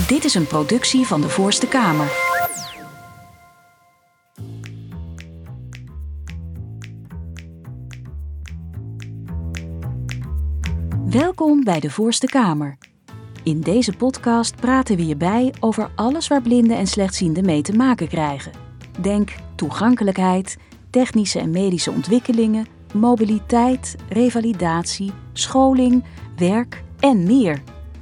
Dit is een productie van de Voorste Kamer. Welkom bij de Voorste Kamer. In deze podcast praten we je bij over alles waar blinden en slechtzienden mee te maken krijgen. Denk toegankelijkheid, technische en medische ontwikkelingen, mobiliteit, revalidatie, scholing, werk en meer.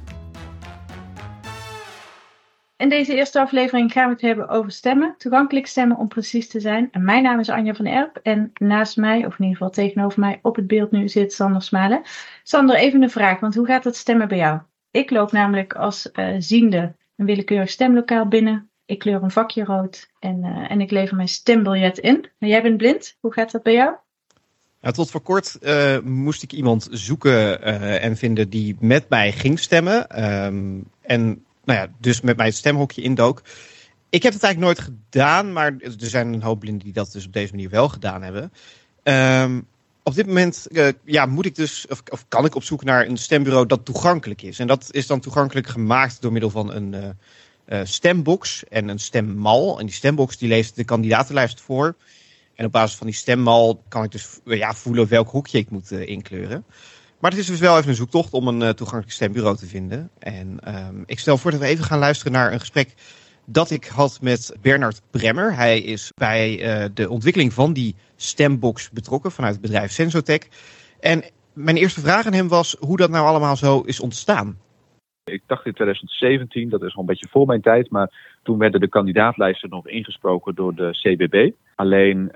In deze eerste aflevering gaan we het hebben over stemmen, toegankelijk stemmen om precies te zijn. En mijn naam is Anja van Erp en naast mij, of in ieder geval tegenover mij op het beeld nu, zit Sander Smalen. Sander, even een vraag, want hoe gaat het stemmen bij jou? Ik loop namelijk als ziende een willekeurig stemlokaal binnen. Ik kleur een vakje rood en ik lever mijn stembiljet in. En jij bent blind, hoe gaat dat bij jou? Nou, tot voor kort moest ik iemand zoeken en vinden die met mij ging stemmen. Dus met mij het stemhokje indook. Ik heb het eigenlijk nooit gedaan, maar er zijn een hoop blinden die dat dus op deze manier wel gedaan hebben. Op dit moment moet ik dus, of kan ik op zoek naar een stembureau dat toegankelijk is. En dat is dan toegankelijk gemaakt door middel van een stembox en een stemmal. En die stembox die leest de kandidatenlijst voor. En op basis van die stemmal kan ik dus voelen welk hoekje ik moet inkleuren. Maar het is dus wel even een zoektocht om een toegankelijk stembureau te vinden. En ik stel voor dat we even gaan luisteren naar een gesprek dat ik had met Bernard Bremmer. Hij is bij de ontwikkeling van die stembox betrokken vanuit het bedrijf Sensotech. En mijn eerste vraag aan hem was hoe dat nou allemaal zo is ontstaan. Ik dacht in 2017, dat is al een beetje voor mijn tijd, maar toen werden de kandidaatlijsten nog ingesproken door de CBB. Alleen,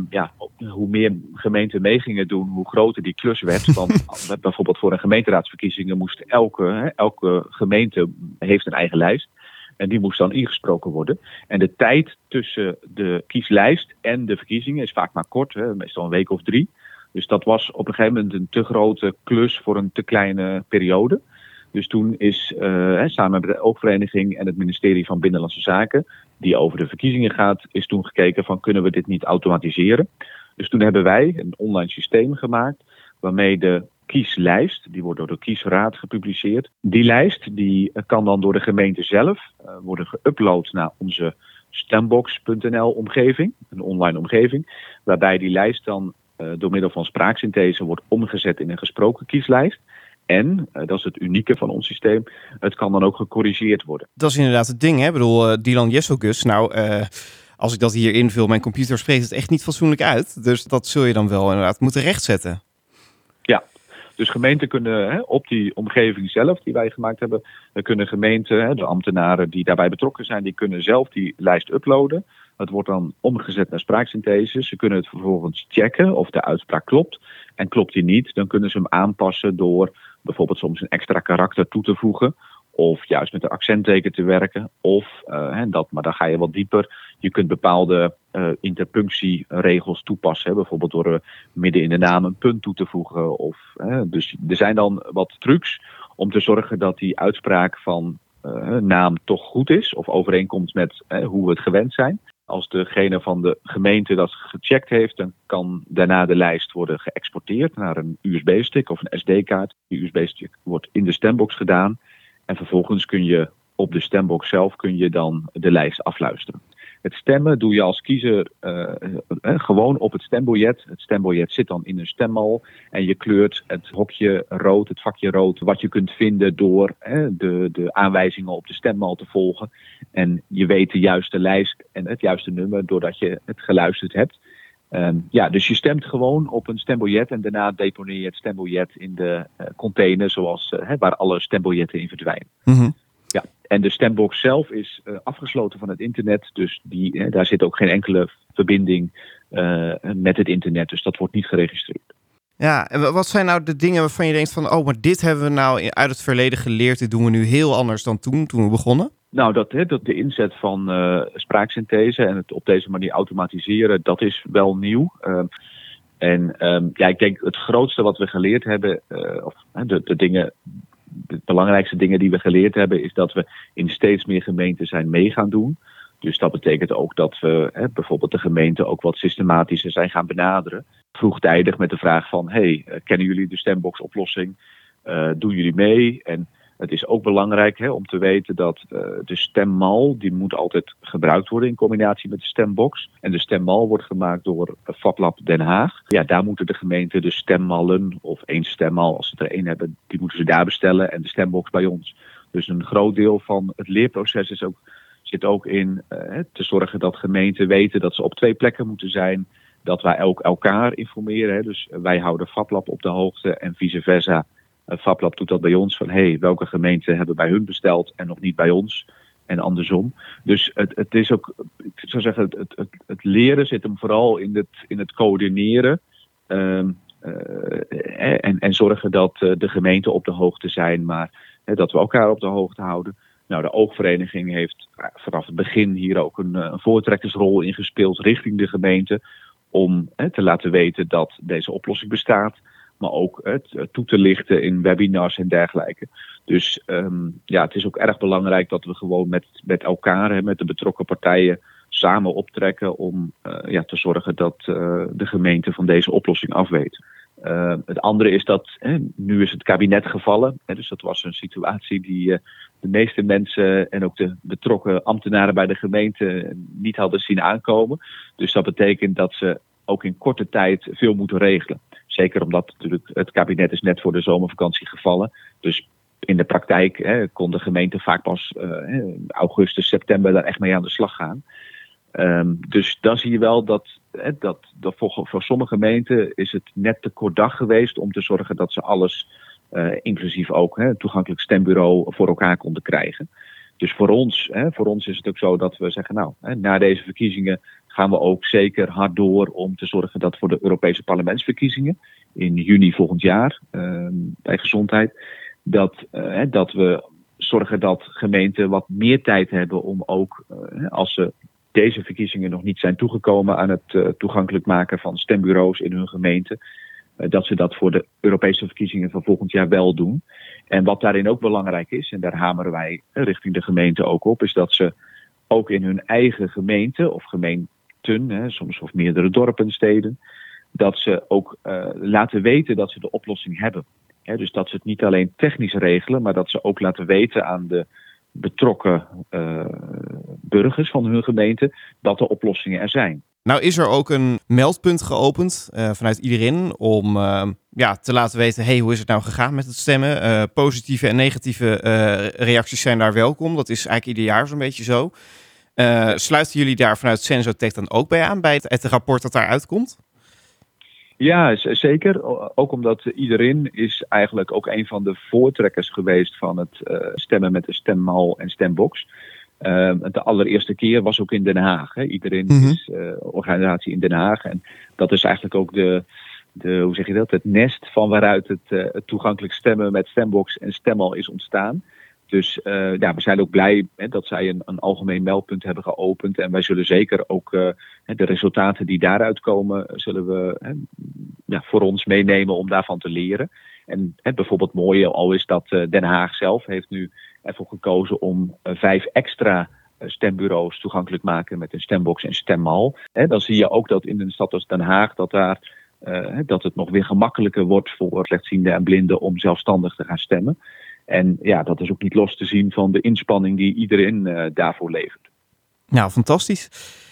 hoe meer gemeenten mee gingen doen, hoe groter die klus werd. Want bijvoorbeeld voor een gemeenteraadsverkiezingen moest elke gemeente heeft een eigen lijst. En die moest dan ingesproken worden. En de tijd tussen de kieslijst en de verkiezingen is vaak maar kort, meestal een week of 3. Dus dat was op een gegeven moment een te grote klus voor een te kleine periode. Dus toen is samen met de oogvereniging en het ministerie van Binnenlandse Zaken, die over de verkiezingen gaat, is toen gekeken van kunnen we dit niet automatiseren. Dus toen hebben wij een online systeem gemaakt waarmee de kieslijst, die wordt door de kiesraad gepubliceerd. Die lijst die kan dan door de gemeente zelf worden geüpload naar onze stembox.nl omgeving, een online omgeving, waarbij die lijst dan door middel van spraaksynthese wordt omgezet in een gesproken kieslijst. En, dat is het unieke van ons systeem, het kan dan ook gecorrigeerd worden. Dat is inderdaad het ding, hè? Ik bedoel, Dylan Jesselgus, als ik dat hier invul, mijn computer spreekt het echt niet fatsoenlijk uit. Dus dat zul je dan wel inderdaad moeten rechtzetten. Ja, dus gemeenten kunnen op die omgeving zelf die wij gemaakt hebben, kunnen gemeenten, de ambtenaren die daarbij betrokken zijn, die kunnen zelf die lijst uploaden. Het wordt dan omgezet naar spraaksynthese. Ze kunnen het vervolgens checken of de uitspraak klopt. En klopt die niet, dan kunnen ze hem aanpassen door bijvoorbeeld soms een extra karakter toe te voegen. Of juist met een accentteken te werken. Maar dan ga je wat dieper. Je kunt bepaalde interpunctieregels toepassen. Bijvoorbeeld door midden in de naam een punt toe te voegen. Dus er zijn dan wat trucs om te zorgen dat die uitspraak van naam toch goed is. Of overeenkomt met hoe we het gewend zijn. Als degene van de gemeente dat gecheckt heeft, dan kan daarna de lijst worden geëxporteerd naar een USB-stick of een SD-kaart. Die USB-stick wordt in de stembox gedaan en vervolgens kun je op de stembox zelf dan de lijst afluisteren. Het stemmen doe je als kiezer gewoon op het stembiljet. Het stembiljet zit dan in een stemmal en je kleurt het hokje rood, het vakje rood, wat je kunt vinden door de aanwijzingen op de stemmal te volgen. En je weet de juiste lijst en het juiste nummer doordat je het geluisterd hebt. Dus je stemt gewoon op een stembiljet en daarna deponeer je het stembiljet in de container zoals waar alle stembiljetten in verdwijnen. Mm-hmm. Ja, en de stembox zelf is afgesloten van het internet, dus daar zit ook geen enkele verbinding met het internet, dus dat wordt niet geregistreerd. Ja, en wat zijn nou de dingen waarvan je denkt van, maar dit hebben we nou uit het verleden geleerd, dit doen we nu heel anders dan toen we begonnen? Nou, dat de inzet van spraaksynthese en het op deze manier automatiseren, dat is wel nieuw. Ik denk het grootste wat we geleerd hebben, de belangrijkste dingen die we geleerd hebben, is dat we in steeds meer gemeenten zijn mee gaan doen. Dus dat betekent ook dat we bijvoorbeeld de gemeenten ook wat systematischer zijn gaan benaderen. Vroegtijdig met de vraag van, kennen jullie de stembox-oplossing? Doen jullie mee? En Het is ook belangrijk om te weten dat de stemmal, die moet altijd gebruikt worden in combinatie met de stembox. En de stemmal wordt gemaakt door FabLab Den Haag. Ja, daar moeten de gemeenten de stemmallen of één stemmal, als ze er één hebben, die moeten ze daar bestellen en de stembox bij ons. Dus een groot deel van het leerproces zit ook in te zorgen dat gemeenten weten dat ze op 2 plekken moeten zijn. Dat wij ook elkaar informeren. Dus wij houden FabLab op de hoogte en vice versa. FabLab doet dat bij ons van welke gemeenten hebben bij hun besteld en nog niet bij ons. En andersom. Dus het is ook, ik zou zeggen, het leren zit hem vooral in het coördineren. En zorgen dat de gemeenten op de hoogte zijn, maar dat we elkaar op de hoogte houden. Nou, de Oogvereniging heeft vanaf het begin hier ook een voortrekkersrol in gespeeld richting de gemeente. Om te laten weten dat deze oplossing bestaat. Maar ook toe te lichten in webinars en dergelijke. Dus het is ook erg belangrijk dat we gewoon met elkaar, met de betrokken partijen, samen optrekken om te zorgen dat de gemeente van deze oplossing afweet. Het andere is dat nu is het kabinet gevallen. Dus dat was een situatie die de meeste mensen en ook de betrokken ambtenaren bij de gemeente niet hadden zien aankomen. Dus dat betekent dat ze ook in korte tijd veel moeten regelen. Zeker omdat natuurlijk het kabinet is net voor de zomervakantie gevallen. Dus in de praktijk kon de gemeente vaak pas augustus, september daar echt mee aan de slag gaan. Dus dan zie je wel dat voor sommige gemeenten is het net te kort dag geweest om te zorgen dat ze alles, inclusief ook een toegankelijk stembureau, voor elkaar konden krijgen. Dus voor ons is het ook zo dat we zeggen, na deze verkiezingen gaan we ook zeker hard door om te zorgen dat voor de Europese parlementsverkiezingen in juni volgend jaar bij gezondheid, dat we zorgen dat gemeenten wat meer tijd hebben om ook, als ze deze verkiezingen nog niet zijn toegekomen aan het toegankelijk maken van stembureaus in hun gemeente, dat ze dat voor de Europese verkiezingen van volgend jaar wel doen. En wat daarin ook belangrijk is, en daar hameren wij richting de gemeente ook op, is dat ze ook in hun eigen gemeente of gemeenten, soms of meerdere dorpen, steden, dat ze ook laten weten dat ze de oplossing hebben. Dus dat ze het niet alleen technisch regelen, maar dat ze ook laten weten aan de betrokken burgers van hun gemeente dat de oplossingen er zijn. Nou is er ook een meldpunt geopend vanuit iedereen om te laten weten, hoe is het nou gegaan met het stemmen? Positieve en negatieve reacties zijn daar welkom. Dat is eigenlijk ieder jaar zo'n beetje zo. Sluiten jullie daar vanuit Sensotech dan ook bij aan, bij het rapport dat daaruit komt? Ja, zeker. Ook omdat iedereen is eigenlijk ook een van de voortrekkers geweest van het stemmen met de stemmal en stembox. De allereerste keer was ook in Den Haag. Iedereen is organisatie in Den Haag. En dat is eigenlijk ook hoe zeg je dat? Het nest van waaruit het toegankelijk stemmen met stembox en stemmal is ontstaan. Dus we zijn ook blij dat zij een algemeen meldpunt hebben geopend. En wij zullen zeker ook de resultaten die daaruit komen, zullen we voor ons meenemen om daarvan te leren. En bijvoorbeeld mooi al is dat Den Haag zelf heeft nu ervoor gekozen om 5 extra stembureaus toegankelijk maken met een stembox en stemmal. Dan zie je ook dat in een stad als Den Haag dat het nog weer gemakkelijker wordt voor slechtzienden en blinden om zelfstandig te gaan stemmen. En dat is ook niet los te zien van de inspanning die iedereen daarvoor levert. Nou, fantastisch.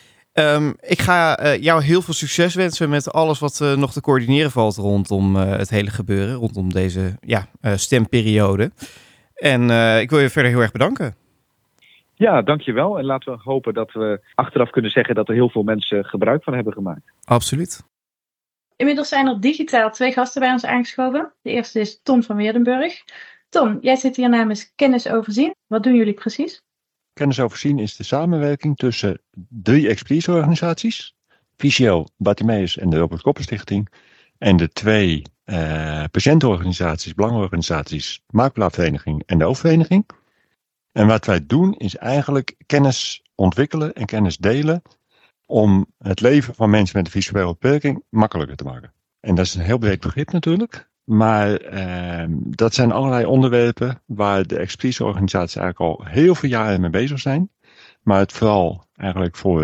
Ik ga jou heel veel succes wensen met alles wat nog te coördineren valt rondom het hele gebeuren, rondom deze stemperiode. En ik wil je verder heel erg bedanken. Ja, dankjewel. En laten we hopen dat we achteraf kunnen zeggen dat er heel veel mensen gebruik van hebben gemaakt. Absoluut. Inmiddels zijn er digitaal 2 gasten bij ons aangeschoven. De eerste is Tom van Weerdenburg. Tom, jij zit hier namens Kennis Overzien. Wat doen jullie precies? Kennis Overzien is de samenwerking tussen 3 expertiseorganisaties. Visio, Bartimeus en de Robert Koppen Stichting. En de 2 patiëntenorganisaties, belangenorganisaties, Makelaarvereniging en de Oogvereniging. En wat wij doen is eigenlijk kennis ontwikkelen en kennis delen om het leven van mensen met een visuele beperking makkelijker te maken. En dat is een heel breed begrip natuurlijk. Maar dat zijn allerlei onderwerpen waar de expertiseorganisaties eigenlijk al heel veel jaren mee bezig zijn. Maar het vooral eigenlijk voor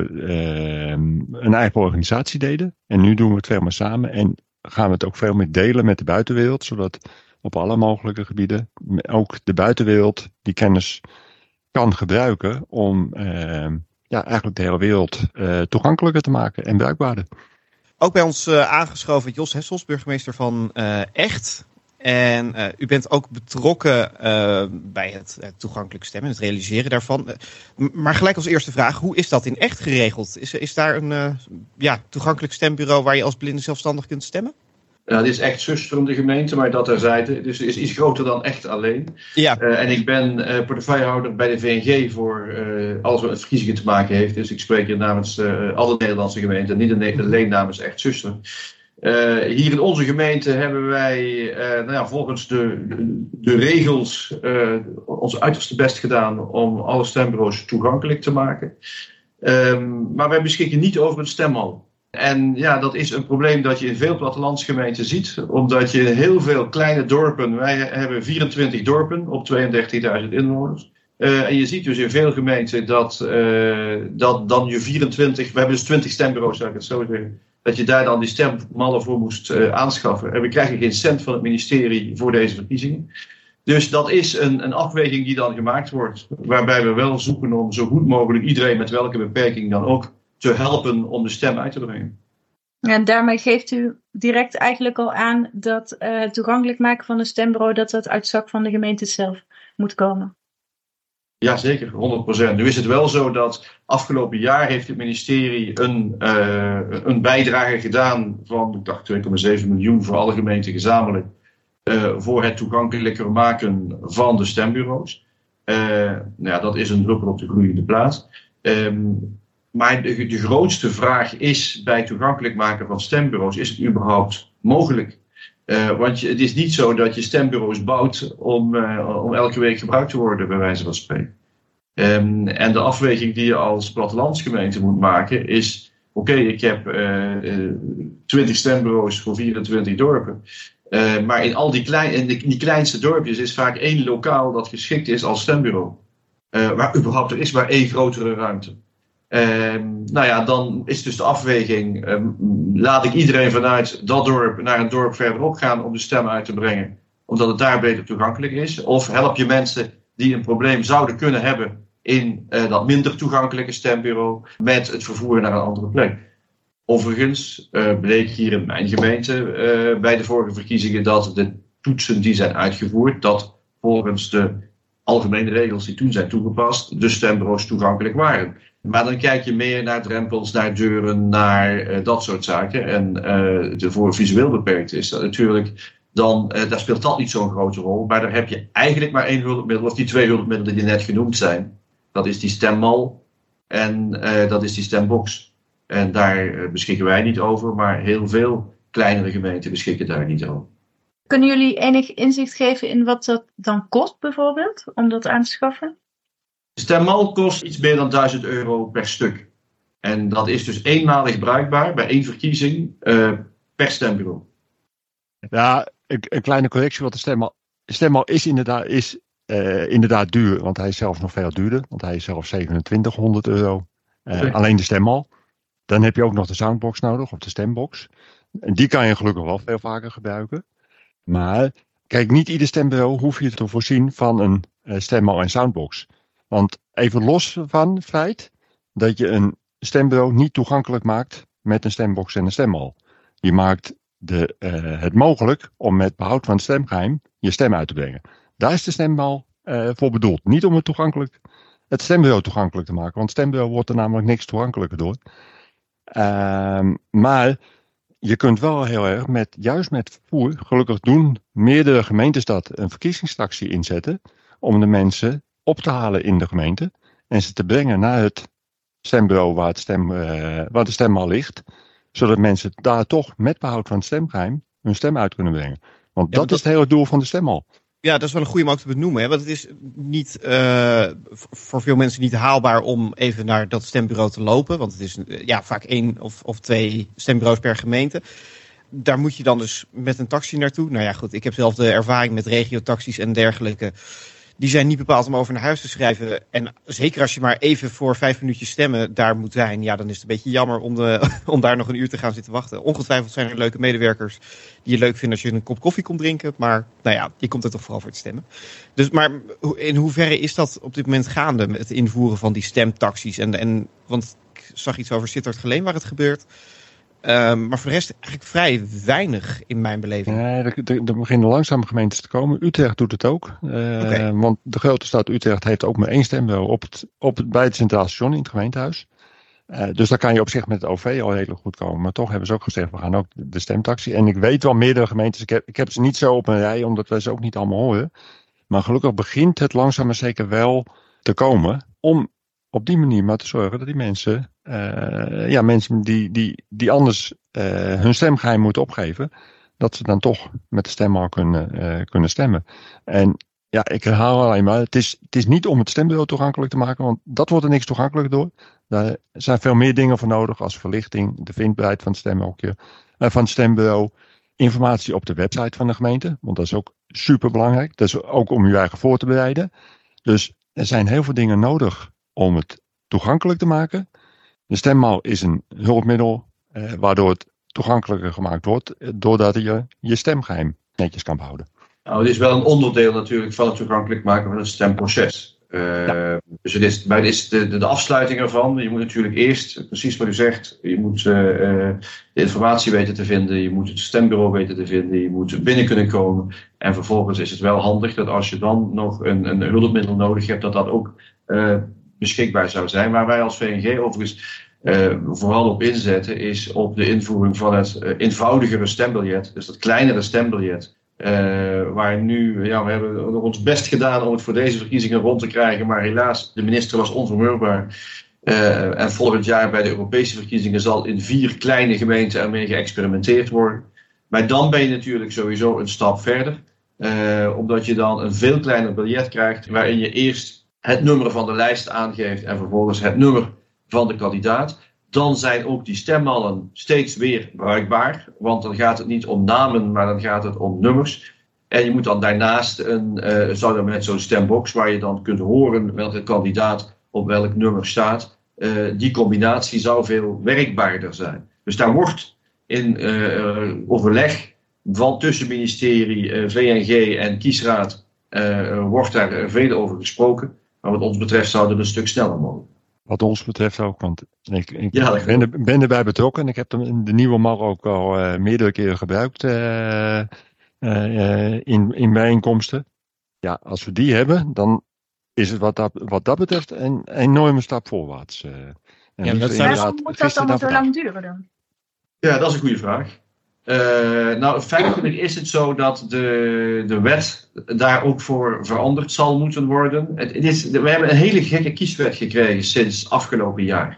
een eigen organisatie deden. En nu doen we het veel meer samen en gaan we het ook veel meer delen met de buitenwereld. Zodat op alle mogelijke gebieden. Ook de buitenwereld die kennis kan gebruiken om eigenlijk de hele wereld toegankelijker te maken en bruikbaarder. Ook bij ons aangeschoven Jos Hessels, burgemeester van Echt. En u bent ook betrokken bij het toegankelijk stemmen, het realiseren daarvan. Maar gelijk als eerste vraag, hoe is dat in Echt geregeld? Is daar een toegankelijk stembureau waar je als blinde zelfstandig kunt stemmen? Ja, dit is Echt zuster om de gemeente, maar dat terzijde. Dus het is iets groter dan Echt alleen. Ja. En ik ben portefeuillehouder bij de VNG voor alles wat met verkiezingen te maken heeft. Dus ik spreek hier namens alle Nederlandse gemeenten, niet alleen namens Echt zuster. Hier in onze gemeente hebben wij volgens de regels ons uiterste best gedaan om alle stembureaus toegankelijk te maken. Maar wij beschikken niet over een stemhal. En ja, dat is een probleem dat je in veel plattelandsgemeenten ziet, omdat je in heel veel kleine dorpen, wij hebben 24 dorpen op 32.000 inwoners. En je ziet dus in veel gemeenten dat dan je 24, we hebben dus 20 stembureaus, zou ik het zo zeggen, dat je daar dan die stemmallen voor moest aanschaffen. En we krijgen geen cent van het ministerie voor deze verkiezingen. Dus dat is een afweging die dan gemaakt wordt, waarbij we wel zoeken om zo goed mogelijk iedereen met welke beperking dan ook te helpen om de stem uit te brengen. En daarmee geeft u direct eigenlijk al aan dat het toegankelijk maken van een stembureau, dat uit zak van de gemeente zelf moet komen. Ja, zeker, 100%. Nu is het wel zo dat afgelopen jaar heeft het ministerie een bijdrage gedaan van, ik dacht 2,7 miljoen voor alle gemeenten gezamenlijk, voor het toegankelijker maken van de stembureaus. Dat is een druppel op de gloeiende plaat. Maar de grootste vraag is bij toegankelijk maken van stembureaus, is het überhaupt mogelijk? Want het is niet zo dat je stembureaus bouwt om elke week gebruikt te worden, bij wijze van spreken. En de afweging die je als plattelandsgemeente moet maken is, oké, ik heb 20 stembureaus voor 24 dorpen. Maar in al die kleinste dorpjes is vaak één lokaal dat geschikt is als stembureau. Waar überhaupt er is maar één grotere ruimte. Dan is dus de afweging, laat ik iedereen vanuit dat dorp naar een dorp verderop gaan om de stem uit te brengen, omdat het daar beter toegankelijk is? Of help je mensen die een probleem zouden kunnen hebben in dat minder toegankelijke stembureau met het vervoer naar een andere plek? Overigens bleek hier in mijn gemeente bij de vorige verkiezingen dat de toetsen die zijn uitgevoerd, dat volgens de algemene regels die toen zijn toegepast, de stembureaus toegankelijk waren. Maar dan kijk je meer naar drempels, naar deuren, naar dat soort zaken. En voor visueel beperkt is dat natuurlijk, daar speelt dat niet zo'n grote rol. Maar daar heb je eigenlijk maar één hulpmiddel, of die 2 hulpmiddelen die net genoemd zijn. Dat is die stemmal en dat is die stembox. En daar beschikken wij niet over, maar heel veel kleinere gemeenten beschikken daar niet over. Kunnen jullie enig inzicht geven in wat dat dan kost bijvoorbeeld, om dat aan te schaffen? De stemmal kost iets meer dan €1000 per stuk. En dat is dus eenmalig bruikbaar bij 1 verkiezing per stembureau. Ja, een kleine correctie, want de stemmal is inderdaad duur, want hij is zelfs nog veel duurder, want hij is zelfs €2700. Alleen de stemmal. Dan heb je ook nog de soundbox nodig, of de stembox. En die kan je gelukkig wel veel vaker gebruiken. Maar kijk, niet ieder stembureau hoef je te voorzien van een stemmal en soundbox. Want even los van het feit dat je een stembureau niet toegankelijk maakt met een stembox en een stemmal. Je maakt het mogelijk om met behoud van het stemgeheim je stem uit te brengen. Daar is de stemmal voor bedoeld. Niet om het stembureau toegankelijk te maken, want het stembureau wordt er namelijk niks toegankelijker door. Maar je kunt wel heel erg juist met vervoer, gelukkig doen meerdere gemeentes dat, een verkiezingstaxi inzetten om de mensen op te halen in de gemeente en ze te brengen naar het stembureau waar de stemmal ligt, zodat mensen daar toch met behoud van het stemgeheim hun stem uit kunnen brengen. Want dat is het hele doel van de stemmal. Ja, dat is wel een goede om ook te benoemen. Hè? Want het is niet voor veel mensen niet haalbaar om even naar dat stembureau te lopen. Want het is vaak 1 of 2 stembureaus per gemeente. Daar moet je dan dus met een taxi naartoe. Nou ja, goed, ik heb zelf de ervaring met regiotaxis en dergelijke. die zijn niet bepaald om over naar huis te schrijven. En zeker als je maar even voor 5 minuutjes stemmen daar moet zijn, ja, dan is het een beetje jammer om daar nog een uur te gaan zitten wachten. Ongetwijfeld zijn er leuke medewerkers die je leuk vinden als je een kop koffie komt drinken. Maar nou ja, je komt er toch vooral voor te stemmen. Dus, maar in hoeverre is dat op dit moment gaande met het invoeren van die stemtaxis? Want ik zag iets over Sittard-Geleen waar het gebeurt. Maar voor de rest eigenlijk vrij weinig in mijn beleving. Nee, er beginnen langzaam gemeentes te komen. Utrecht doet het ook. Want de grote stad Utrecht heeft ook maar 1 stembureau bij het Centraal Station in het gemeentehuis. Dus daar kan je op zich met het OV al heel goed komen. Maar toch hebben ze ook gezegd, we gaan ook de stemtaxi. En ik weet wel meerdere gemeentes, ik heb ze niet zo op een rij, omdat wij ze ook niet allemaal horen. Maar gelukkig begint het langzaam maar zeker wel te komen. Om op die manier maar te zorgen dat die mensen, mensen die anders hun stemgeheim moeten opgeven, dat ze dan toch met de stemmal kunnen stemmen. En ja, ik herhaal alleen maar, het is niet om het stembureau toegankelijk te maken, want dat wordt er niks toegankelijk door. Daar zijn veel meer dingen voor nodig als verlichting, de vindbaarheid van het stemhokje, van het stembureau, informatie op de website van de gemeente, want dat is ook super belangrijk. Dat is ook om je eigen voor te bereiden. Dus er zijn heel veel dingen nodig om het toegankelijk te maken. De stemmal is een hulpmiddel waardoor het toegankelijker gemaakt wordt, doordat je je stemgeheim netjes kan behouden. Nou, het is wel een onderdeel natuurlijk van het toegankelijk maken van het stemproces. Dus het is de afsluiting ervan. Je moet natuurlijk eerst, precies wat u zegt, je moet de informatie weten te vinden, je moet het stembureau weten te vinden, je moet binnen kunnen komen. En vervolgens is het wel handig dat als je dan nog een hulpmiddel nodig hebt, dat ook beschikbaar zou zijn. Waar wij als VNG overigens vooral op inzetten, is op de invoering van het eenvoudigere stembiljet, dus dat kleinere stembiljet. Waar nu, we hebben ons best gedaan om het voor deze verkiezingen rond te krijgen, maar helaas, de minister was onvermurbaar. En volgend jaar bij de Europese verkiezingen zal in 4 kleine gemeenten ermee geëxperimenteerd worden. Maar dan ben je natuurlijk sowieso een stap verder, omdat je dan een veel kleiner biljet krijgt, waarin je eerst het nummer van de lijst aangeeft en vervolgens het nummer van de kandidaat. Dan zijn ook die stemmallen steeds weer bruikbaar. Want dan gaat het niet om namen, maar dan gaat het om nummers. En je moet dan daarnaast zou er met zo'n stembox, waar je dan kunt horen welke kandidaat op welk nummer staat. Die combinatie zou veel werkbaarder zijn. Dus daar wordt in overleg van tussen ministerie, VNG en kiesraad, wordt daar veel over gesproken. Maar wat ons betreft zou het een stuk sneller mogelijk. Wat ons betreft ook, want ik ben erbij betrokken. Ik heb de nieuwe mal ook al meerdere keren gebruikt in bijeenkomsten. Ja, als we die hebben, dan is het wat dat betreft een enorme stap voorwaarts. Waarom moet dat allemaal zo lang duren dan? Ja, dat is een goede vraag. Feitelijk is het zo dat de wet daar ook voor veranderd zal moeten worden. We hebben een hele gekke kieswet gekregen sinds afgelopen jaar.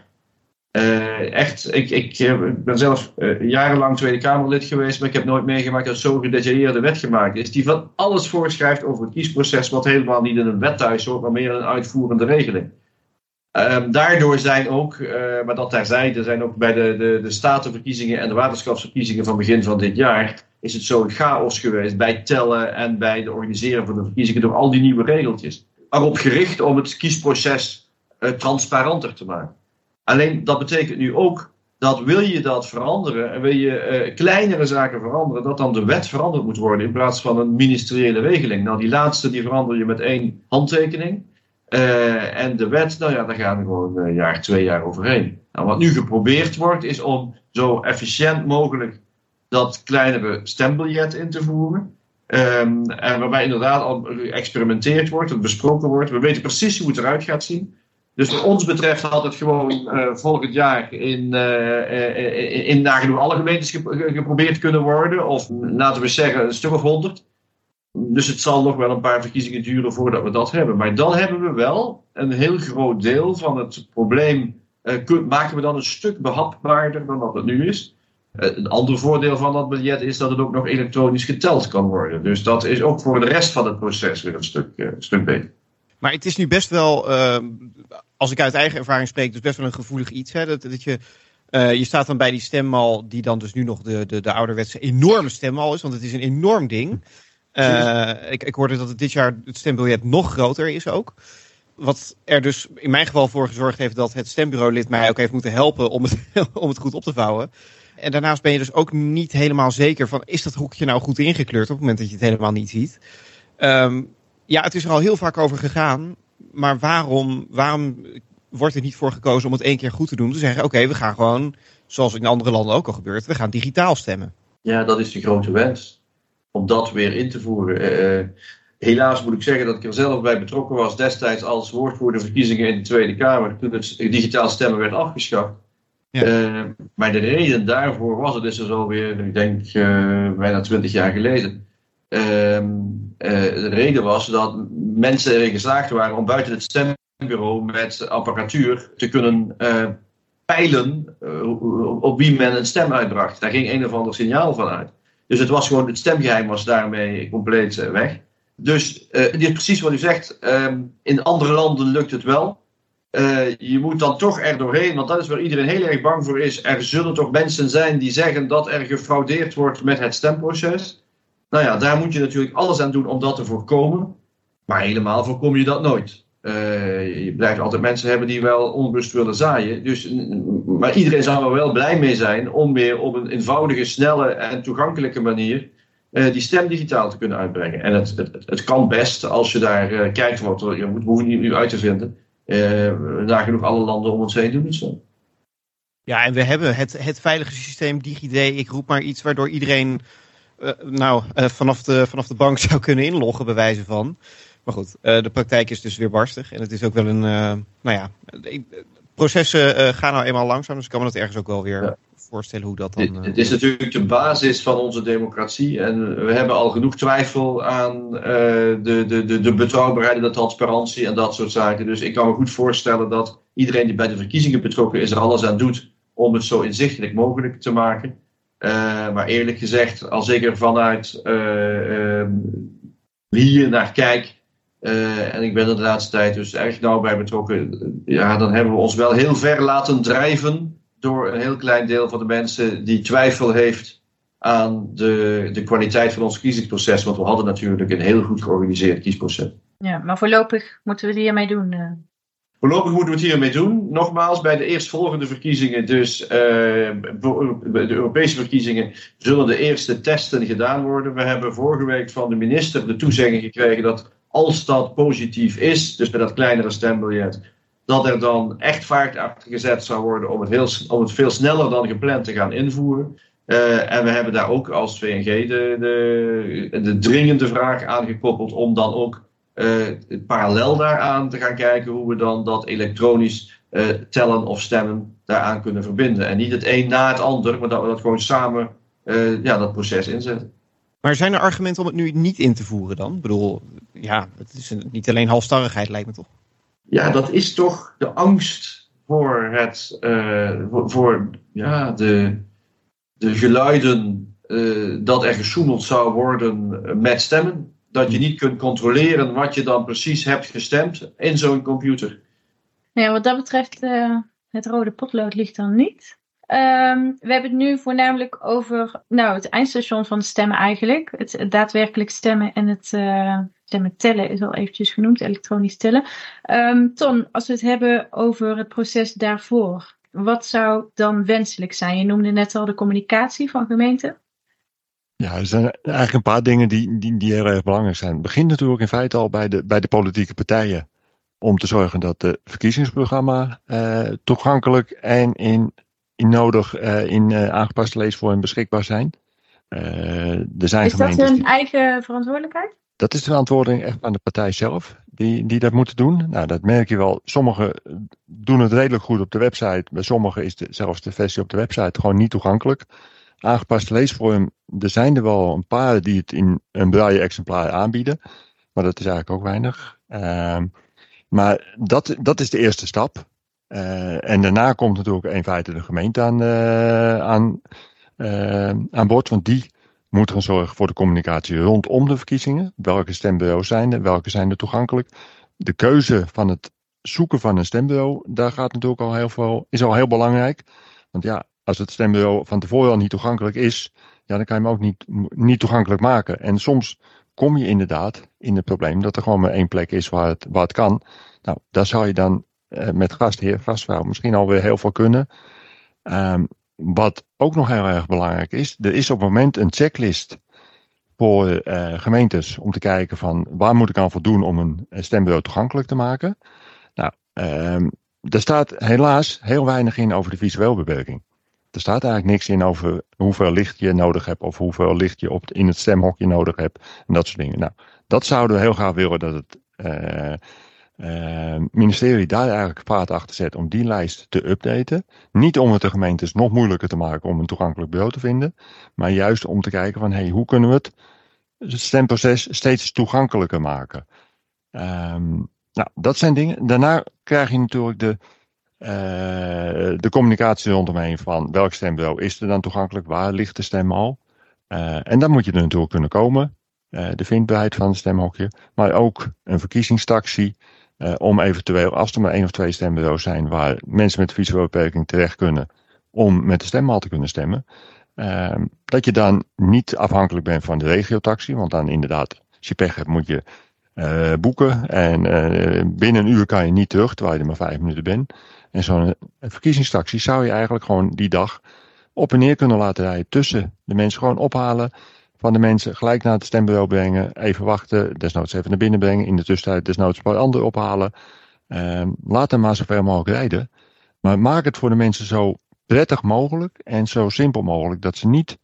Ik ben zelf jarenlang Tweede Kamerlid geweest, maar ik heb nooit meegemaakt dat zo'n gedetailleerde wet gemaakt is, die van alles voorschrijft over het kiesproces, wat helemaal niet in een wet thuis hoort, maar meer in een uitvoerende regeling. Daardoor zijn ook, maar dat terzijde, zijn ook bij de statenverkiezingen en de waterschapsverkiezingen van begin van dit jaar, is het zo'n chaos geweest bij tellen en bij de organiseren van de verkiezingen door al die nieuwe regeltjes. Waarop gericht om het kiesproces transparanter te maken. Alleen dat betekent nu ook dat wil je dat veranderen en wil je kleinere zaken veranderen, dat dan de wet veranderd moet worden in plaats van een ministeriële regeling. Nou, die laatste die verander je met 1 handtekening. En de wet, daar gaan we gewoon een jaar, 2 jaar overheen. Nou, wat nu geprobeerd wordt, is om zo efficiënt mogelijk dat kleinere stembiljet in te voeren. En waarbij inderdaad al geëxperimenteerd wordt, het besproken wordt. We weten precies hoe het eruit gaat zien. Dus wat ons betreft had het gewoon volgend jaar in nagenoeg alle gemeentes geprobeerd kunnen worden. Of laten we zeggen een stuk of 100. Dus het zal nog wel een paar verkiezingen duren voordat we dat hebben. Maar dan hebben we wel een heel groot deel van het probleem. Maken we dan een stuk behapbaarder dan dat het nu is. Een ander voordeel van dat biljet is dat het ook nog elektronisch geteld kan worden. Dus dat is ook voor de rest van het proces weer een stuk beter. Maar het is nu best wel, als ik uit eigen ervaring spreek, dus best wel een gevoelig iets. Hè? Dat je staat dan bij die stemmal, die dan dus nu nog de ouderwetse enorme stemmal is, want het is een enorm ding. Ik hoorde dat het dit jaar het stembiljet nog groter is ook. Wat er dus in mijn geval voor gezorgd heeft dat het stembureaulid mij ook heeft moeten helpen om het goed op te vouwen. En daarnaast ben je dus ook niet helemaal zeker van, is dat hoekje nou goed ingekleurd op het moment dat je het helemaal niet ziet. Het is er al heel vaak over gegaan. Maar waarom wordt er niet voor gekozen om het 1 keer goed te doen? Te zeggen, oké, we gaan gewoon, zoals in andere landen ook al gebeurt, we gaan digitaal stemmen. Ja, dat is de grote wens. Om dat weer in te voeren. Helaas moet ik zeggen dat ik er zelf bij betrokken was destijds als woordvoerder verkiezingen in de Tweede Kamer. Toen het digitaal stemmen werd afgeschaft. Ja. Maar de reden daarvoor was, het is dus alweer, ik denk, bijna 20 jaar geleden. De reden was dat mensen erin geslaagd waren om buiten het stembureau met apparatuur te kunnen peilen op wie men een stem uitbracht. Daar ging een of ander signaal van uit. Dus het stemgeheim was daarmee compleet weg. Dus dit is precies wat u zegt. In andere landen lukt het wel. Je moet dan toch er doorheen, want dat is waar iedereen heel erg bang voor is. Er zullen toch mensen zijn die zeggen dat er gefraudeerd wordt met het stemproces. Nou ja, daar moet je natuurlijk alles aan doen om dat te voorkomen. Maar helemaal voorkom je dat nooit. Je blijft altijd mensen hebben die wel onrust willen zaaien. Maar iedereen zou er wel blij mee zijn om weer op een eenvoudige, snelle en toegankelijke manier die stem digitaal te kunnen uitbrengen. En het kan best als je daar kijkt, we hoeven niet uit te vinden. Nagenoeg alle landen om ons heen doen het zo. Ja, en we hebben het veilige systeem DigiD, ik roep maar iets waardoor iedereen vanaf de bank zou kunnen inloggen, bij wijze van. Maar goed, de praktijk is dus weer barstig. En het is ook wel processen gaan nou eenmaal langzaam. Dus ik kan me dat ergens ook wel weer voorstellen hoe dat dan... Het is natuurlijk de basis van onze democratie. En we hebben al genoeg twijfel aan de betrouwbaarheid en de transparantie en dat soort zaken. Dus ik kan me goed voorstellen dat iedereen die bij de verkiezingen betrokken is er alles aan doet om het zo inzichtelijk mogelijk te maken. Maar eerlijk gezegd, al zeker vanuit hier naar kijk, en ik ben er de laatste tijd dus erg nauw bij betrokken, dan hebben we ons wel heel ver laten drijven door een heel klein deel van de mensen die twijfel heeft aan de kwaliteit van ons verkiezingsproces, want we hadden natuurlijk een heel goed georganiseerd kiesproces. Ja, maar voorlopig moeten we het hiermee doen. Voorlopig moeten we het hiermee doen. Nogmaals, bij de eerstvolgende verkiezingen, dus de Europese verkiezingen, zullen de eerste testen gedaan worden. We hebben vorige week van de minister de toezegging gekregen dat als dat positief is, dus bij dat kleinere stembiljet, dat er dan echt vaart achter gezet zou worden om het veel sneller dan gepland te gaan invoeren. En we hebben daar ook als VNG de dringende vraag aangekoppeld om dan ook parallel daaraan te gaan kijken hoe we dan dat elektronisch tellen of stemmen daaraan kunnen verbinden. En niet het een na het ander, maar dat we dat gewoon samen dat proces inzetten. Maar zijn er argumenten om het nu niet in te voeren dan? Ik bedoel, het is niet alleen halstarrigheid, lijkt me toch? Ja, dat is toch de angst voor de geluiden dat er gesjoemeld zou worden met stemmen. Dat je niet kunt controleren wat je dan precies hebt gestemd in zo'n computer. Ja, wat dat betreft, het rode potlood ligt dan niet. We hebben het nu voornamelijk over het eindstation van het stemmen eigenlijk. Het daadwerkelijk stemmen en het stemmen tellen is al eventjes genoemd, elektronisch tellen. Ton, als we het hebben over het proces daarvoor, wat zou dan wenselijk zijn? Je noemde net al de communicatie van gemeenten. Ja, er zijn eigenlijk een paar dingen die heel erg belangrijk zijn. Het begint natuurlijk in feite al bij de politieke partijen. Om te zorgen dat de verkiezingsprogramma toegankelijk en in aangepaste leesvorm beschikbaar zijn. Er zijn is dat hun eigen verantwoordelijkheid? Dat is de verantwoording echt aan de partij zelf, die dat moeten doen. Nou, dat merk je wel. Sommigen doen het redelijk goed op de website. Bij sommigen is zelfs de versie op de website gewoon niet toegankelijk. Aangepaste leesvorm, er zijn er wel een paar die het in een braille exemplaar aanbieden. Maar dat is eigenlijk ook weinig. Maar dat is de eerste stap. En daarna komt natuurlijk in feite de gemeente aan boord. Want die moet gaan zorgen voor de communicatie rondom de verkiezingen. Welke stembureaus zijn er? Welke zijn er toegankelijk? De keuze van het zoeken van een stembureau, daar gaat natuurlijk is al heel belangrijk. Want ja, als het stembureau van tevoren al niet toegankelijk is, dan kan je hem ook niet toegankelijk maken. En soms kom je inderdaad in het probleem dat er gewoon maar één plek is waar het kan. Nou, daar zou je dan met gastheer, gastvrouw misschien alweer heel veel kunnen. Wat ook nog heel erg belangrijk is, er is op het moment een checklist voor gemeentes om te kijken van waar moet ik aan voldoen om een stembureau toegankelijk te maken. Nou, er staat helaas heel weinig in over de visuele beperking. Er staat eigenlijk niks in over hoeveel licht je nodig hebt of hoeveel licht je in het stemhokje nodig hebt en dat soort dingen. Nou, dat zouden we heel graag willen dat het ministerie daar eigenlijk vaart achter zet om die lijst te updaten. Niet om het de gemeentes nog moeilijker te maken om een toegankelijk bureau te vinden, maar juist om te kijken van hoe kunnen we het stemproces steeds toegankelijker maken. Nou, dat zijn dingen. Daarna krijg je natuurlijk de communicatie rondomheen van welk stembureau is er dan toegankelijk, waar ligt de stem al. En dan moet je er natuurlijk kunnen komen. De vindbaarheid van het stemhokje, maar ook een verkiezingstaxi. Om eventueel, als er maar 1 of 2 stembureaus zijn waar mensen met visuele beperking terecht kunnen om met de stemhal te kunnen stemmen. Dat je dan niet afhankelijk bent van de regiotaxi, want dan inderdaad, als je pech hebt moet je boeken en binnen een uur kan je niet terug, terwijl je er maar 5 minuten bent. En zo'n verkiezingstaxi zou je eigenlijk gewoon die dag op en neer kunnen laten rijden tussen de mensen, gewoon ophalen van de mensen, gelijk naar het stembureau brengen, even wachten, desnoods even naar binnen brengen, in de tussentijd desnoods bij anderen ophalen. Laat hem maar zoveel mogelijk rijden. Maar maak het voor de mensen zo prettig mogelijk en zo simpel mogelijk, dat ze niet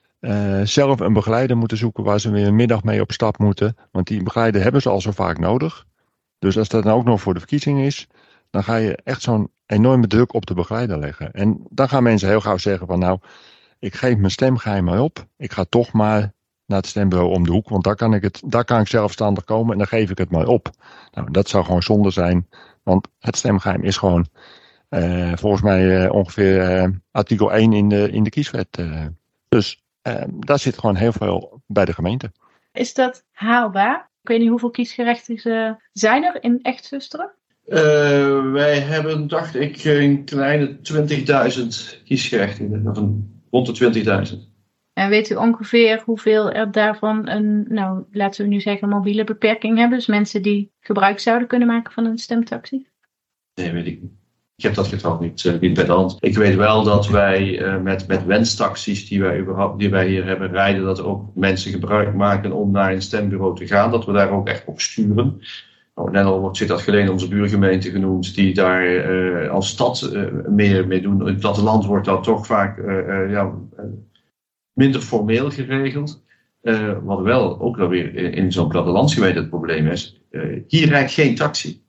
zelf een begeleider moeten zoeken waar ze weer een middag mee op stap moeten. Want die begeleider hebben ze al zo vaak nodig. Dus als dat dan ook nog voor de verkiezing is, dan ga je echt zo'n enorme druk op de begeleider leggen. En dan gaan mensen heel gauw zeggen van nou, ik geef mijn stemgeheim maar op. Ik ga toch maar naar het stembureau om de hoek, want daar kan ik zelfstandig komen en dan geef ik het maar op. Nou, dat zou gewoon zonde zijn, want het stemgeheim is gewoon volgens mij ongeveer artikel 1 in de kieswet. Dus daar zit gewoon heel veel bij de gemeente. Is dat haalbaar? Ik weet niet hoeveel kiesgerechtigden zijn er in Echt-Zusteren? Wij hebben, dacht ik, een kleine 20.000 kiesgerechtigden. Of rond de 20.000. En weet u ongeveer hoeveel er daarvan een, laten we nu zeggen, mobiele beperking hebben? Dus mensen die gebruik zouden kunnen maken van een stemtaxi? Nee, weet ik niet. Ik heb dat getal niet bij de hand. Ik weet wel dat wij met wenstaxis die wij hier hebben rijden, dat ook mensen gebruik maken om naar een stembureau te gaan. Dat we daar ook echt op sturen. Net al wordt zich dat geleden onze buurgemeente genoemd, die daar als stad meer mee doen. In het platteland wordt dat toch vaak minder formeel geregeld. Wat wel ook wel weer in zo'n plattelandsgemeente het probleem is. Hier rijdt geen taxi.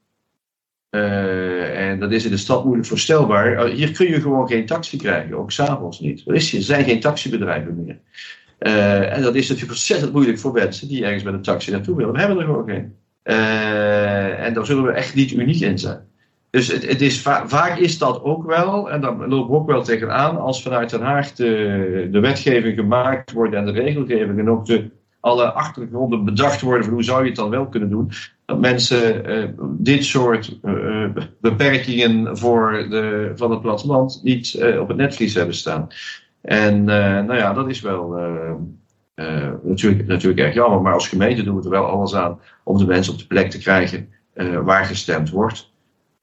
En dat is in de stad moeilijk voorstelbaar. Hier kun je gewoon geen taxi krijgen, ook 's avonds niet. Er zijn geen taxibedrijven meer. En dat is natuurlijk ontzettend moeilijk voor mensen die ergens met een taxi naartoe willen. We hebben er gewoon geen. En daar zullen we echt niet uniek in zijn. Dus het is vaak is dat ook wel, en daar lopen we ook wel tegenaan, als vanuit Den Haag de wetgeving gemaakt wordt en de regelgeving en ook alle achtergronden bedacht worden van hoe zou je het dan wel kunnen doen, dat mensen dit soort beperkingen van het platteland niet op het netvlies hebben staan. En dat is wel natuurlijk erg jammer, maar als gemeente doen we er wel alles aan om de mensen op de plek te krijgen waar gestemd wordt.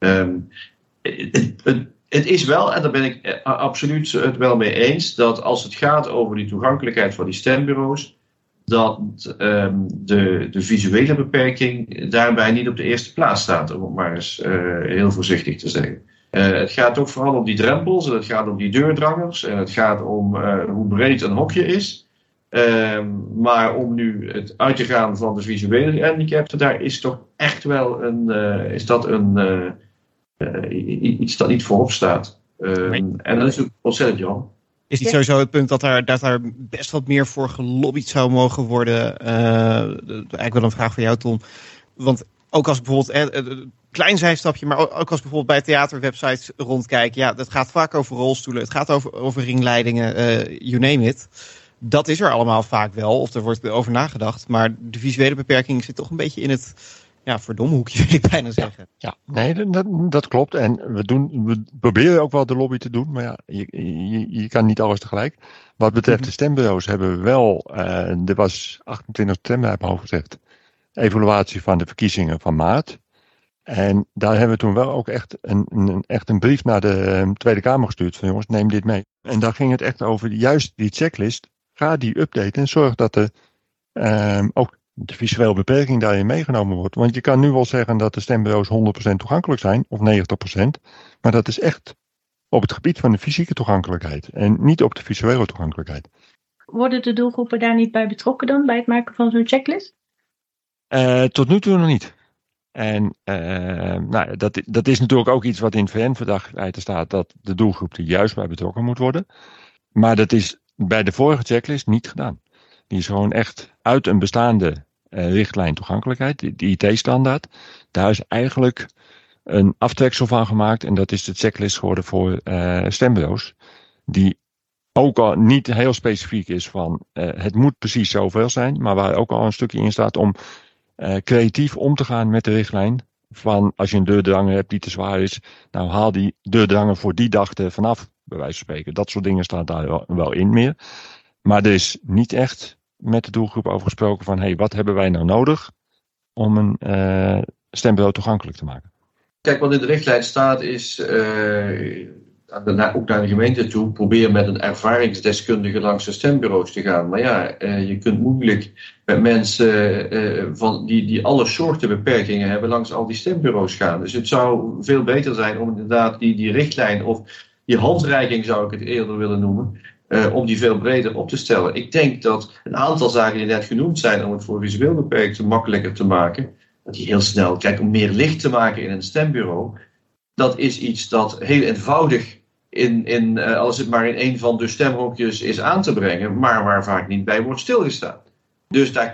Het is wel, en daar ben ik absoluut het wel mee eens, dat als het gaat over die toegankelijkheid van die stembureaus, dat de visuele beperking daarbij niet op de eerste plaats staat, om het maar eens heel voorzichtig te zeggen. Het gaat ook vooral om die drempels, en het gaat om die deurdrangers, en het gaat om hoe breed een hokje is. Maar om nu het uit te gaan van de visuele gehandicapten, daar is toch echt wel iets dat niet voorop staat. En dat is ook ontzettend jammer. Is niet sowieso het punt dat daar best wat meer voor gelobbyd zou mogen worden? Eigenlijk wel een vraag voor jou, Tom. Want ook als bijvoorbeeld, klein zijstapje, maar ook als bijvoorbeeld bij theaterwebsites rondkijk. Ja, dat gaat vaak over rolstoelen, het gaat over ringleidingen, you name it. Dat is er allemaal vaak wel, of er wordt over nagedacht. Maar de visuele beperking zit toch een beetje verdomme hoekje, wil ik bijna zeggen. Ja, nee, dat klopt. En we proberen ook wel de lobby te doen, maar ja, je kan niet alles tegelijk. Wat betreft de stembureaus hebben we wel, er was 28 september, heb ik al gezegd, evaluatie van de verkiezingen van maart. En daar hebben we toen wel ook echt een brief naar de Tweede Kamer gestuurd van jongens, neem dit mee. En daar ging het echt over juist die checklist. Ga die updaten en zorg dat er ook de visuele beperking daarin meegenomen wordt. Want je kan nu wel zeggen dat de stembureaus 100% toegankelijk zijn, of 90%. Maar dat is echt op het gebied van de fysieke toegankelijkheid. En niet op de visuele toegankelijkheid. Worden de doelgroepen daar niet bij betrokken dan, bij het maken van zo'n checklist? Tot nu toe nog niet. En dat is natuurlijk ook iets wat in het VN-verdrag staat, dat de doelgroep er juist bij betrokken moet worden. Maar dat is bij de vorige checklist niet gedaan. Die is gewoon echt uit een bestaande richtlijn toegankelijkheid, de IT-standaard. Daar is eigenlijk een aftreksel van gemaakt en dat is de checklist geworden voor stembureaus. Die ook al niet heel specifiek is van het moet precies zoveel zijn, maar waar ook al een stukje in staat om creatief om te gaan met de richtlijn. Van als je een deurdranger hebt die te zwaar is, nou haal die deurdranger voor die dag er vanaf, bij wijze van spreken. Dat soort dingen staat daar wel in meer. Maar er is niet echt met de doelgroep over gesproken van wat hebben wij nou nodig om een stembureau toegankelijk te maken. Kijk, wat in de richtlijn staat is, ook naar de gemeente toe, probeer met een ervaringsdeskundige langs de stembureaus te gaan. Maar ja, je kunt moeilijk met mensen die alle soorten beperkingen hebben langs al die stembureaus gaan. Dus het zou veel beter zijn om inderdaad die richtlijn of die handreiking, zou ik het eerder willen noemen, om die veel breder op te stellen. Ik denk dat een aantal zaken die net genoemd zijn om het voor visueel beperkten makkelijker te maken, dat die heel snel, kijk, om meer licht te maken in een stembureau, dat is iets dat heel eenvoudig als het maar in een van de stemhokjes is aan te brengen, maar waar vaak niet bij wordt stilgestaan. Dus daar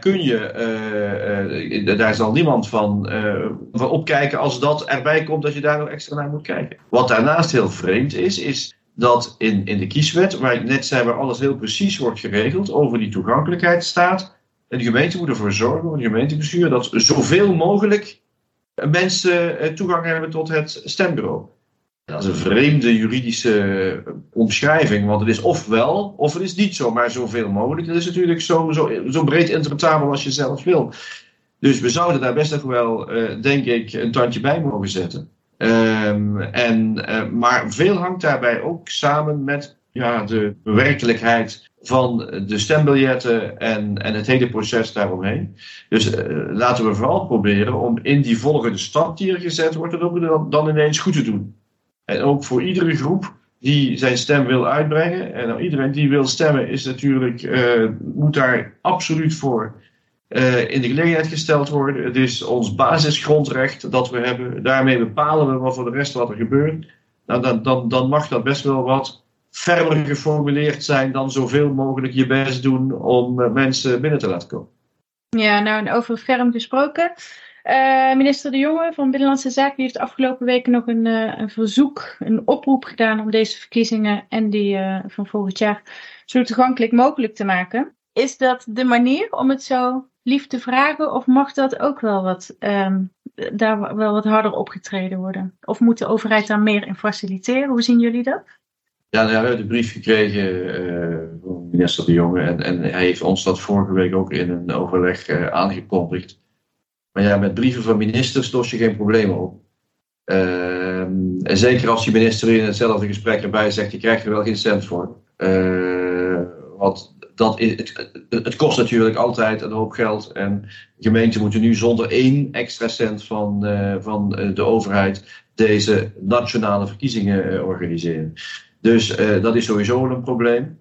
daar zal niemand van opkijken als dat erbij komt dat je daar nog extra naar moet kijken. Wat daarnaast heel vreemd is dat in de kieswet, waar ik net zei, waar alles heel precies wordt geregeld over die toegankelijkheid staat, en de gemeente moet ervoor zorgen, het gemeentebestuur, dat zoveel mogelijk mensen toegang hebben tot het stembureau. Dat is een vreemde juridische omschrijving, want het is ofwel of het is niet zo, maar zoveel mogelijk. Dat is natuurlijk zo breed interpretabel als je zelf wil. Dus we zouden daar best nog wel, denk ik, een tandje bij mogen zetten. Maar veel hangt daarbij ook samen met de werkelijkheid van de stembiljetten en het hele proces daaromheen. Dus laten we vooral proberen om in die volgende stap die er gezet wordt, het ook dan ineens goed te doen. En ook voor iedere groep die zijn stem wil uitbrengen. En iedereen die wil stemmen is natuurlijk, moet daar absoluut voor in de gelegenheid gesteld worden. Het is ons basisgrondrecht dat we hebben. Daarmee bepalen we wat voor de rest wat er gebeurt. Nou, dan mag dat best wel wat fermer geformuleerd zijn dan zoveel mogelijk je best doen om mensen binnen te laten komen. Ja, nou en over ferm gesproken. Minister De Jonge van Binnenlandse Zaken heeft afgelopen weken nog een verzoek, een oproep gedaan om deze verkiezingen en die van volgend jaar zo toegankelijk mogelijk te maken. Is dat de manier om het zo lief te vragen of mag dat ook wel daar wel wat harder opgetreden worden? Of moet de overheid daar meer in faciliteren? Hoe zien jullie dat? Ja, we hebben de brief gekregen van minister De Jonge en hij heeft ons dat vorige week ook in een overleg aangekondigd. Maar ja, met brieven van ministers los je geen problemen op. En zeker als die minister in hetzelfde gesprek erbij zegt, je krijgt er wel geen cent voor. Want het kost natuurlijk altijd een hoop geld. En gemeenten moeten nu zonder 1 extra cent van de overheid deze nationale verkiezingen organiseren. Dus dat is sowieso een probleem.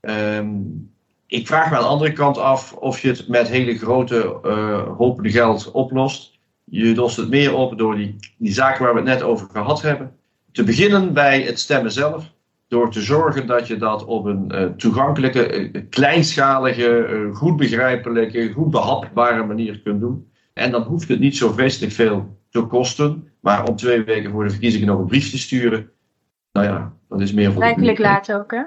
Ik vraag me aan de andere kant af of je het met hele grote hopen geld oplost. Je lost het meer op door die zaken waar we het net over gehad hebben. Te beginnen bij het stemmen zelf. Door te zorgen dat je dat op een toegankelijke, kleinschalige, goed begrijpelijke, goed behapbare manier kunt doen. En dan hoeft het niet zo vreselijk veel te kosten. Maar om 2 weken voor de verkiezingen nog een brief te sturen. Nou ja, dat is meer voor rijkelijk laat ook, hè?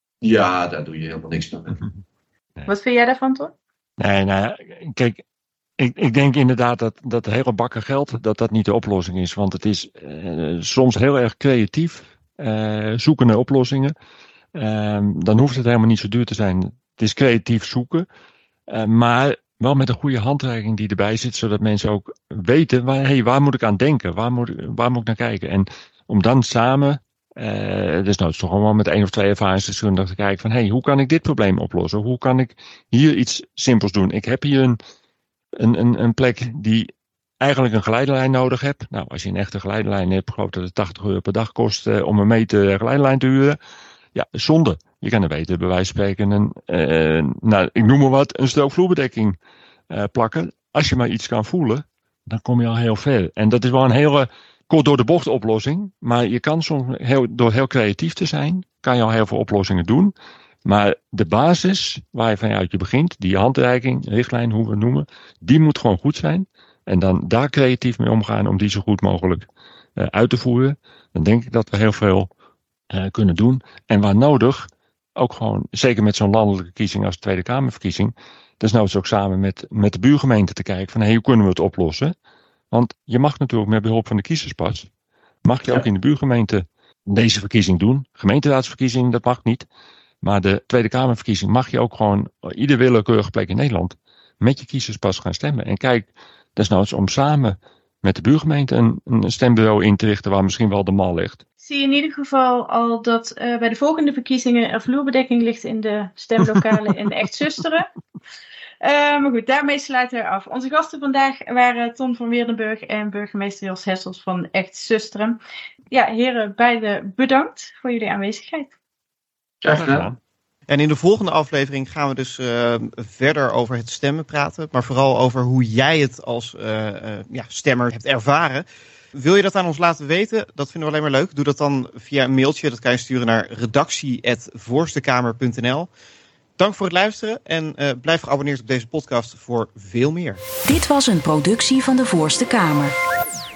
Ja, daar doe je helemaal niks mee. Nee. Wat vind jij daarvan, toch? Nee, kijk, Ik denk inderdaad dat hele bakken geld, dat niet de oplossing is. Want het is soms heel erg creatief zoeken naar oplossingen. Dan hoeft het helemaal niet zo duur te zijn. Het is creatief zoeken. Maar wel met een goede handreiking die erbij zit. Zodat mensen ook weten, waar moet ik aan denken? Waar moet ik naar kijken? En om dan samen, dus toch gewoon met 1 of 2 ervaringsdeskundigen te kijken van hoe kan ik dit probleem oplossen? Hoe kan ik hier iets simpels doen? Ik heb hier een plek die eigenlijk een geleidelijn nodig hebt. Nou, als je een echte geleidelijn hebt, geloof ik dat het €80 per dag kost om een meter geleidelijn te huren. Ja, zonde. Je kan er beter bij wijze van spreken ik noem maar wat, een strook vloerbedekking plakken. Als je maar iets kan voelen, dan kom je al heel ver. En dat is wel een hele kort door de bocht oplossing. Maar je kan soms door heel creatief te zijn, kan je al heel veel oplossingen doen. Maar de basis waar je vanuit je begint, die handreiking, richtlijn, hoe we het noemen, die moet gewoon goed zijn. En dan daar creatief mee omgaan om die zo goed mogelijk uit te voeren. Dan denk ik dat we heel veel kunnen doen. En waar nodig, ook gewoon, zeker met zo'n landelijke verkiezing als de Tweede Kamerverkiezing, desnoods ook samen met de buurgemeente te kijken van hoe kunnen we het oplossen. Want je mag natuurlijk met behulp van de kiezerspas, mag je ook in de buurgemeente deze verkiezing doen. Gemeenteraadsverkiezing, dat mag niet. Maar de Tweede Kamerverkiezing mag je ook gewoon ieder willekeurige plek in Nederland met je kiezerspas gaan stemmen. En kijk desnoods om samen met de buurgemeente een stembureau in te richten waar misschien wel de mal ligt. Zie je in ieder geval al dat bij de volgende verkiezingen er vloerbedekking ligt in de stemlokalen in Echt Susteren. Maar goed, daarmee sluiten we af. Onze gasten vandaag waren Ton van Weerdenburg en burgemeester Jos Hessels van Echt Susteren. Ja, heren, beide bedankt voor jullie aanwezigheid. Graag gedaan. En in de volgende aflevering gaan we dus verder over het stemmen praten. Maar vooral over hoe jij het als stemmer hebt ervaren. Wil je dat aan ons laten weten? Dat vinden we alleen maar leuk. Doe dat dan via een mailtje. Dat kan je sturen naar redactie@voorstekamer.nl. Dank voor het luisteren en blijf geabonneerd op deze podcast voor veel meer. Dit was een productie van de Voorste Kamer.